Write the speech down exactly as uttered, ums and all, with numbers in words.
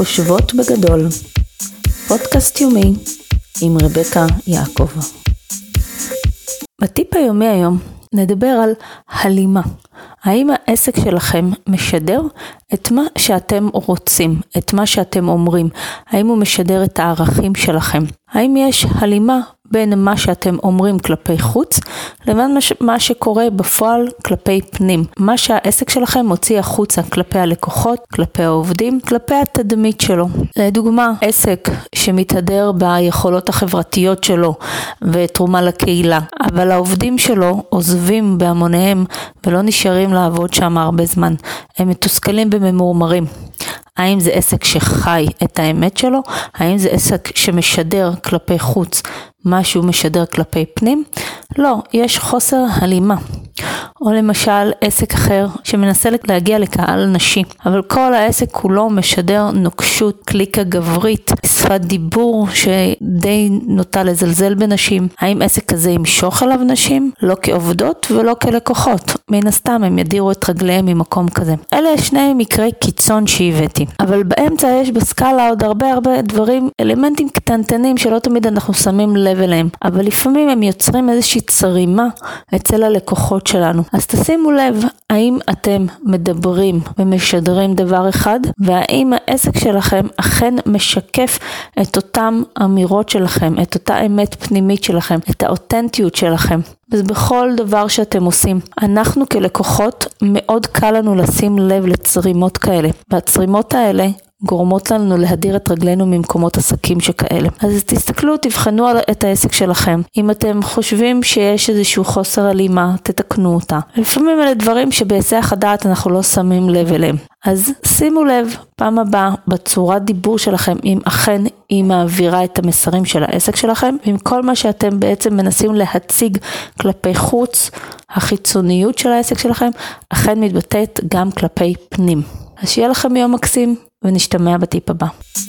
חושבות בגדול, פודקאסט יומי עם רבקה יעקב. בטיפ היומי היום נדבר על הלימה. האם העסק שלכם משדר את מה שאתם רוצים, את מה שאתם אומרים? האם הוא משדר את הערכים שלכם? האם יש הלימה בין מה שאתם אומרים כלפי חוץ לבין מה שקורה בפועל כלפי פנים? מה שהעסק שלכם מוציא החוצה כלפי הלקוחות, כלפי העובדים, כלפי התדמית שלו. לדוגמה, עסק שמתהדר ביכולות החברתיות שלו ותרומה לקהילה, אבל העובדים שלו עוזבים בהמוניהם ולא נשארים לעבוד שם הרבה זמן. הם מתוסכלים בממורמרים. האם זה עסק שחי את האמת שלו? האם זה עסק שמשדר כלפי חוץ מה שהוא משדר כלפי פנים? לא, יש חוסר הלימה. או למשל עסק אחר שמנסה להגיע לקהל נשי, אבל כל העסק כולו משדר נוקשות, קליקה גברית, שפת דיבור שדי נוטה לזלזל בנשים. האם עסק כזה ימשוך אליו נשים? לא כעובדות ולא כלקוחות. מן הסתם הם ידירו את רגליהם ממקום כזה. אלה שני מקרי קיצון שהבאתי. אבל באמצע יש בסקאלה עוד הרבה הרבה דברים, אלמנטים קטנטנים שלא תמיד אנחנו שמים לב אליהם. אבל לפעמים הם יוצרים איזושהי צרימה אצל הלקוחות שלנו. אז תשימו לב, האם אתם מדברים ומשדרים דבר אחד, והאם העסק שלכם אכן משקף את אותם אמירות שלכם, את אותה אמת פנימית שלכם, את האותנטיות שלכם. וזה בכל דבר שאתם עושים. אנחנו כלקוחות מאוד קל לנו לשים לב לצרימות כאלה. והצרימות האלה גורמות לנו להדיר את רגלינו ממקומות עסקים שכאלה. אז תסתכלו, תבחנו את העסק שלכם. אם אתם חושבים שיש איזשהו חוסר הלימה, תתקנו אותה. לפעמים אלה דברים שבהיסח הדעת אנחנו לא שמים לב אליהם. אז שימו לב פעם הבאה בצורת דיבור שלכם, אם אכן היא מעבירה את המסרים של העסק שלכם, ועם כל מה שאתם בעצם מנסים להציג כלפי חוץ, החיצוניות של העסק שלכם, אכן מתבטאת גם כלפי פנים. אז שיהיה לכם יום מקסים, ונשתמע בטיפ הבא.